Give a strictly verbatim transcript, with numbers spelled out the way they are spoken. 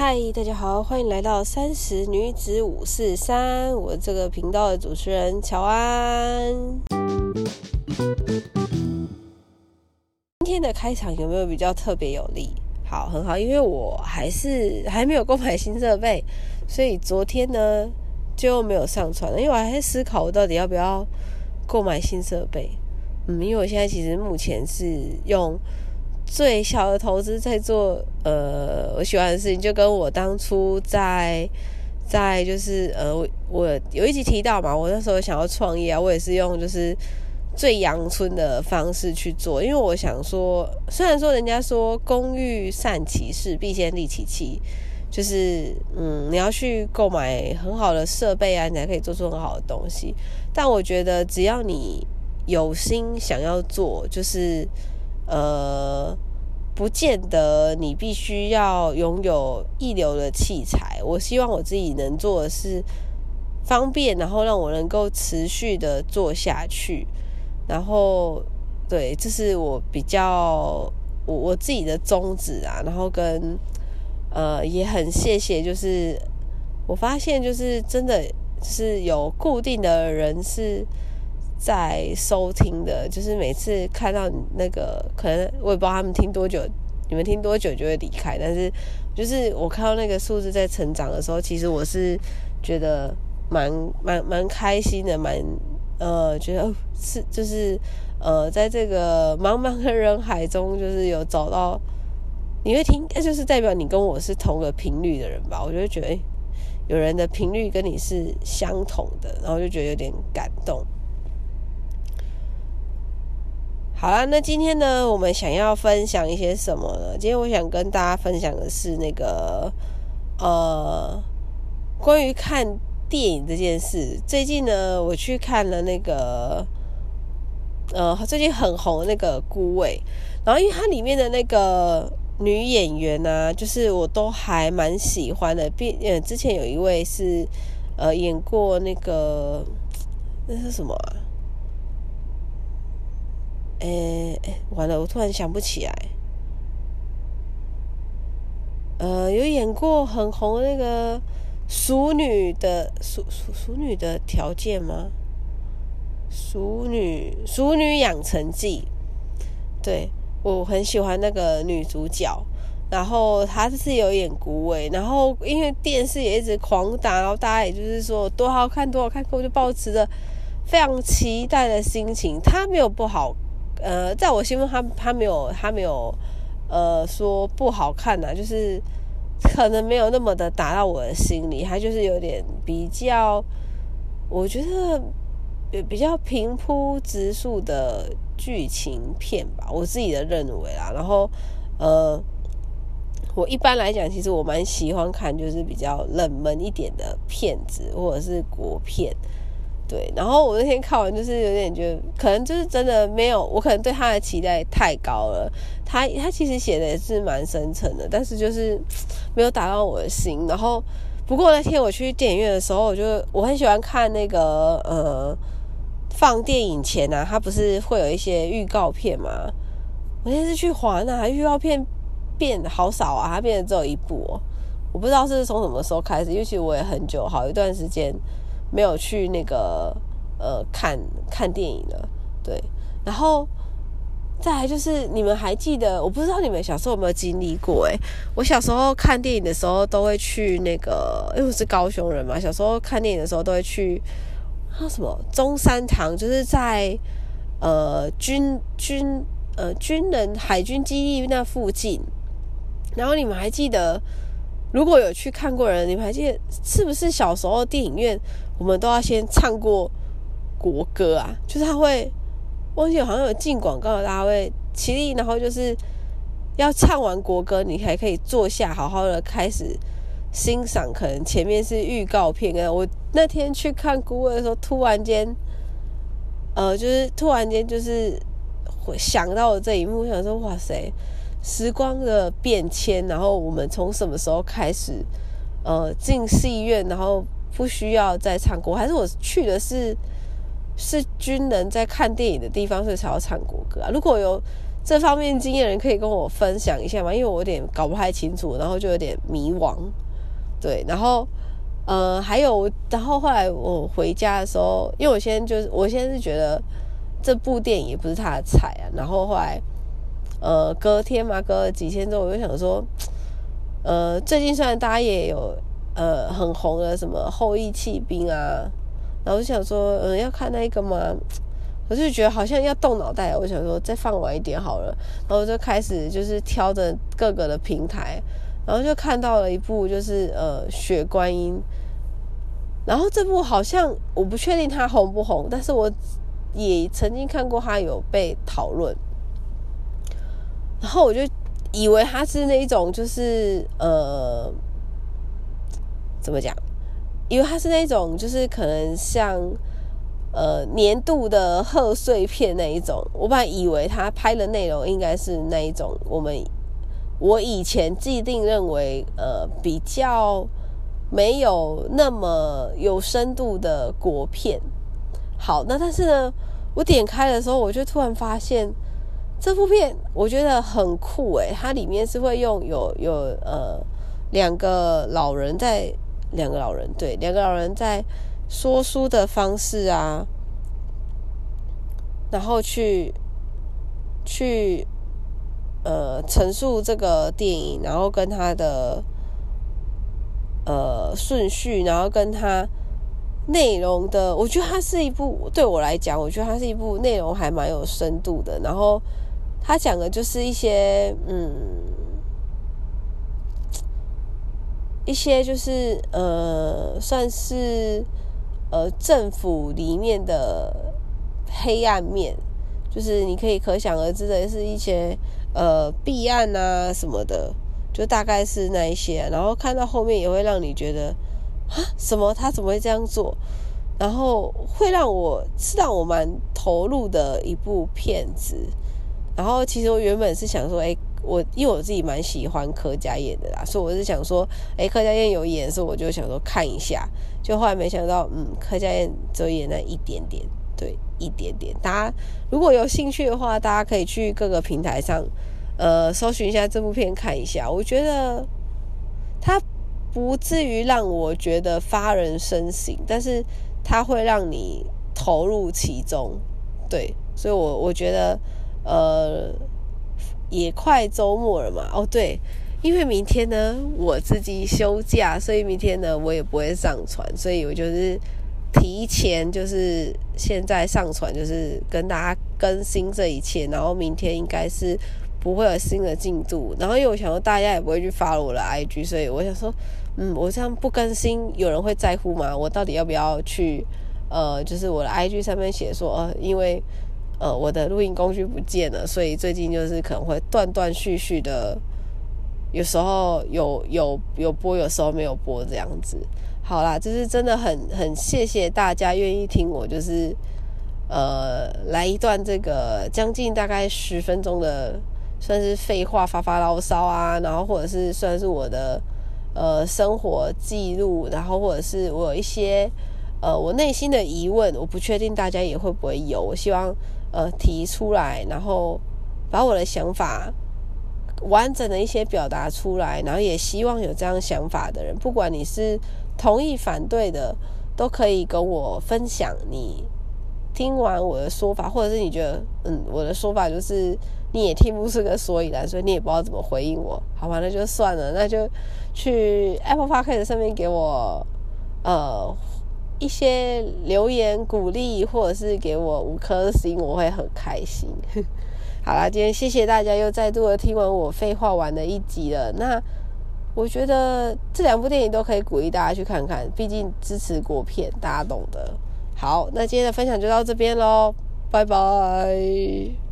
嗨，大家好，欢迎来到三十女子五四三，我这个频道的主持人乔安。今天的开场有没有比较特别有力？好，很好，因为我还是还没有购买新设备，所以昨天呢就没有上传了，因为我还在思考我到底要不要购买新设备。嗯，因为我现在其实目前是用最小的投资在做呃我喜欢的事情，就跟我当初在在就是呃我我有一集提到嘛，我那时候想要创业啊，我也是用就是最阳春的方式去做，因为我想说，虽然说人家说工欲善其事，必先利其器，就是嗯你要去购买很好的设备啊，你才可以做出很好的东西，但我觉得只要你有心想要做，就是呃，不见得你必须要拥有一流的器材。我希望我自己能做的是方便，然后让我能够持续的做下去。然后，对，这是我比较我我自己的宗旨啊。然后跟呃也很谢谢，就是我发现就是真的就是有固定的人是在收听的，就是每次看到那个，可能我也不知道他们听多久，你们听多久就会离开，但是就是我看到那个数字在成长的时候，其实我是觉得蛮蛮蛮开心的，蛮呃觉得、哦、是就是呃在这个茫茫的人海中，就是有找到你会听，就是代表你跟我是同个频率的人吧，我就会觉得、欸、有人的频率跟你是相同的，然后就觉得有点感动。好啦，那今天呢，我们想要分享一些什么呢？今天我想跟大家分享的是那个呃，关于看电影这件事。最近呢，我去看了那个呃，最近很红的那个《孤味》，然后因为它里面的那个女演员啊，就是我都还蛮喜欢的。并呃，之前有一位是呃演过那个那是什么啊？诶、欸、完了，我突然想不起来。呃，有演过很红的那个熟女的熟熟熟女的条件吗？熟女熟女养成记，对，我很喜欢那个女主角。然后她是有演孤味，然后因为电视也一直狂打，然后大家也就是说多好看多好看，我就抱持着非常期待的心情。她没有不好。呃，在我心中他，他他没有，他没有，呃，说不好看啊，就是可能没有那么的打到我的心里，他就是有点比较，我觉得比较平铺直述的剧情片吧，我自己的认为啦。然后，呃，我一般来讲，其实我蛮喜欢看就是比较冷门一点的片子，或者是国片。对，然后我那天看完就是有点觉得，可能就是真的没有，我可能对他的期待太高了。他他其实写的也是蛮深沉的，但是就是没有打到我的心。然后，不过那天我去电影院的时候，我就我很喜欢看那个呃放电影前啊，它不是会有一些预告片吗？我那天是去华纳，预告片变好少啊，它变得只有一部哦。我不知道是从什么时候开始，因为其实我也很久好一段时间没有去那个呃看看电影了，对。然后再来就是你们还记得，我不知道你们小时候有没有经历过诶、欸、我小时候看电影的时候都会去那个，因为我是高雄人嘛，小时候看电影的时候都会去还有什么中山堂，就是在呃军军呃军人海军基地那附近。然后你们还记得，如果有去看过的人，你们还记得是不是小时候电影院我们都要先唱过国歌啊？就是他会忘记好像有进广告，大家会起立，然后就是要唱完国歌，你才可以坐下，好好的开始欣赏。可能前面是预告片，我那天去看孤味的时候，突然间，呃，就是突然间就是想到了这一幕，想说哇塞，时光的变迁，然后我们从什么时候开始，呃，进戏院，然后不需要再唱国，还是我去的是是军人在看电影的地方，所以才要唱国歌啊？如果有这方面经验的人可以跟我分享一下吗？因为我有点搞不太清楚，然后就有点迷惘。对，然后呃还有，然后后来我回家的时候，因为我先就是我先是觉得这部电影也不是他的菜啊，然后后来呃隔天嘛，隔了几天之后，我就想说，呃最近虽然大家也有呃很红的什么后翼弃兵啊，然后我就想说，嗯、呃、要看那个吗？我就觉得好像要动脑袋，我想说再放晚一点好了，然后我就开始就是挑着各个的平台，然后就看到了一部就是呃雪观音，然后这部好像我不确定它红不红，但是我也曾经看过它有被讨论，然后我就以为它是那一种就是呃怎么讲，以为它是那种就是可能像呃年度的贺岁片那一种，我本来以为他拍的内容应该是那一种我们我以前既定认为呃比较没有那么有深度的国片。好，那但是呢，我点开的时候，我就突然发现这部片我觉得很酷诶，它里面是会用有有呃两个老人在两个老人对两个老人在说书的方式啊，然后去去呃陈述这个电影，然后跟它的呃顺序，然后跟它内容的，我觉得它是一部对我来讲，我觉得它是一部内容还蛮有深度的。然后它讲的就是一些嗯一些就是呃算是呃政府里面的黑暗面，就是你可以可想而知的是一些呃弊案啊什么的，就大概是那一些、啊。然后看到后面也会让你觉得啊什么他怎么会这样做，然后会让我是让我蛮投入的一部片子。然后其实我原本是想说，哎，我因为我自己蛮喜欢柯佳嬿的啦，所以我是想说，哎，柯佳嬿有演，所以我就想说看一下。就后来没想到，嗯，柯佳嬿只有演那一点点，对，一点点。大家如果有兴趣的话，大家可以去各个平台上，呃，搜寻一下这部片看一下。我觉得它不至于让我觉得发人深省，但是它会让你投入其中，对，所以我我觉得。呃，也快周末了嘛。哦，对，因为明天呢我自己休假，所以明天呢我也不会上传，所以我就是提前就是现在上传，就是跟大家更新这一切，然后明天应该是不会有新的进度。然后因为我想说大家也不会去follow我的 I G， 所以我想说，嗯，我这样不更新，有人会在乎吗？我到底要不要去呃，就是我的 I G 上面写说，呃，因为。呃，我的录音工具不见了，所以最近就是可能会断断续续的，有时候有有有播，有时候没有播这样子。好啦，就是真的很很谢谢大家愿意听我，就是呃来一段这个将近大概十分钟的，算是废话发发牢骚啊，然后或者是算是我的呃生活记录，然后或者是我有一些呃我内心的疑问，我不确定大家也会不会有，我希望。呃，提出来，然后把我的想法完整的一些表达出来，然后也希望有这样想法的人，不管你是同意反对的，都可以跟我分享你听完我的说法，或者是你觉得嗯我的说法就是你也听不出个所以然，所以你也不知道怎么回应我，好吧，那就算了，那就去 Apple Podcast 上面给我呃。一些留言鼓励，或者是给我五颗星，我会很开心。好啦，今天谢谢大家又再度的听完我废话完的一集了。那我觉得这两部电影都可以鼓励大家去看看，毕竟支持国片，大家懂得。好，那今天的分享就到这边咯，拜拜。